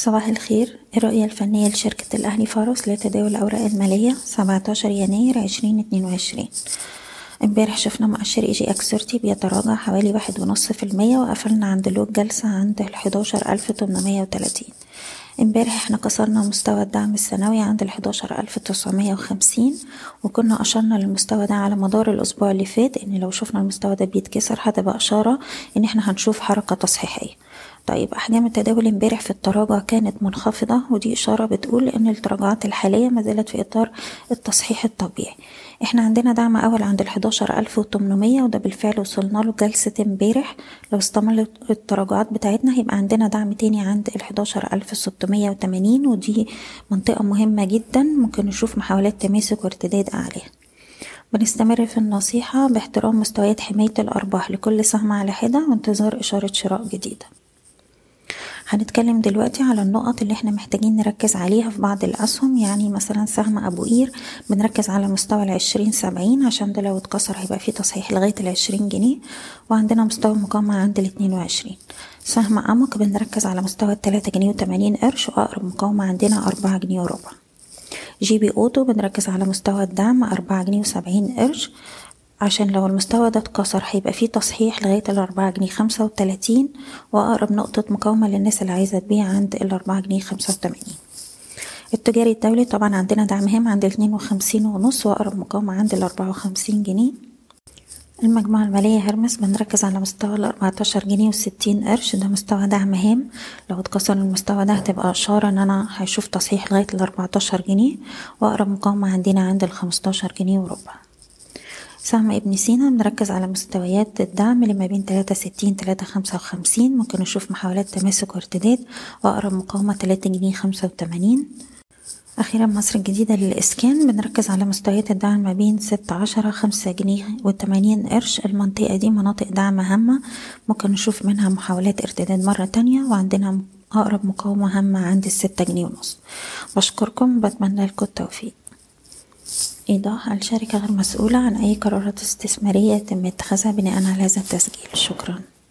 صباح الخير. الرؤية الفنية لشركة الأهلي فارس لتداول الأوراق المالية 17 يناير 2022. امبارح شفنا مؤشر EGX30 بيتراجع حوالي 1.5%، وقفلنا عند لو الجلسة عند 11830. امبارح احنا كسرنا مستوى الدعم السنوي عند 11950، وكنا أشرنا للمستوى ده على مدار الأسبوع اللي فات ان لو شفنا المستوى ده بيتكسر هتبقى إشارة ان احنا هنشوف حركة تصحيحية. طيب، أحجام التداول امبارح في التراجع كانت منخفضة، ودي إشارة بتقول ان التراجعات الحالية ما زالت في إطار التصحيح الطبيعي. احنا عندنا دعم أول عند 11800، وده بالفعل وصلنا له جلسة امبارح. لو استمرت التراجعات بتاعتنا هيبقى عندنا دعم تاني عند 11680، ودي منطقة مهمة جدا ممكن نشوف محاولات تماسك وارتداد أعلى. بنستمر في النصيحة باحترام مستويات حماية الأرباح لكل سهم على حدة، وانتظار إشارة شراء جديدة. هنتكلم دلوقتي على النقط اللي احنا محتاجين نركز عليها في بعض الأسهم. يعني مثلا سهم أبو قير بنركز على مستوى 2070، عشان ده لو اتكسر هيبقى فيه تصحيح لغاية 20 جنيه، وعندنا مستوى مقاومة عند 22. سهم أمك بنركز على مستوى 3 جنيه و80 قرش، وأقرب مقاومة عندنا 4 جنيه وربع. جي بي أوتو بنركز على مستوى الدعم 4 جنيه و70 قرش، عشان لو المستوى ده اتكسر هيبقى فيه تصحيح لغاية 4 جنيه 35، وأقرب نقطة مقاومة للناس اللي عايزة تبيع عند 4 جنيه 85. التجاري الدولي طبعا عندنا دعم هام عند 52.5، وأقرب مقاومة عند 54 جنيه. المجموعة المالية هرمس بنركز على مستوى 14 جنيه و60 قرش، ده مستوى دعم هام. لو اتكسر المستوى ده هتبقى إشارة ان انا هيشوف تصحيح لغاية 14 جنيه، وأقرب مقاومة عندنا عند 15 جنيه وربع. سهم ابن سينا بنركز على مستويات الدعم اللي ما بين 63 355، ممكن نشوف محاولات تماسك وارتداد، وأقرب مقاومة 3 جنيه 85. أخيرا مصر الجديدة للإسكان بنركز على مستويات الدعم ما بين 16 5 جنيه و80 قرش. المنطقة دي مناطق دعم هامة، ممكن نشوف منها محاولات ارتداد مرة تانية، وعندنا أقرب مقاومة هامة عند 6 جنيه ونص. بشكركم، بتمنى لكم التوفيق. إيضاح: الشركة غير مسؤولة عن أي قرارات استثمارية يتم اتخاذها بناء على هذا التسجيل. شكرا.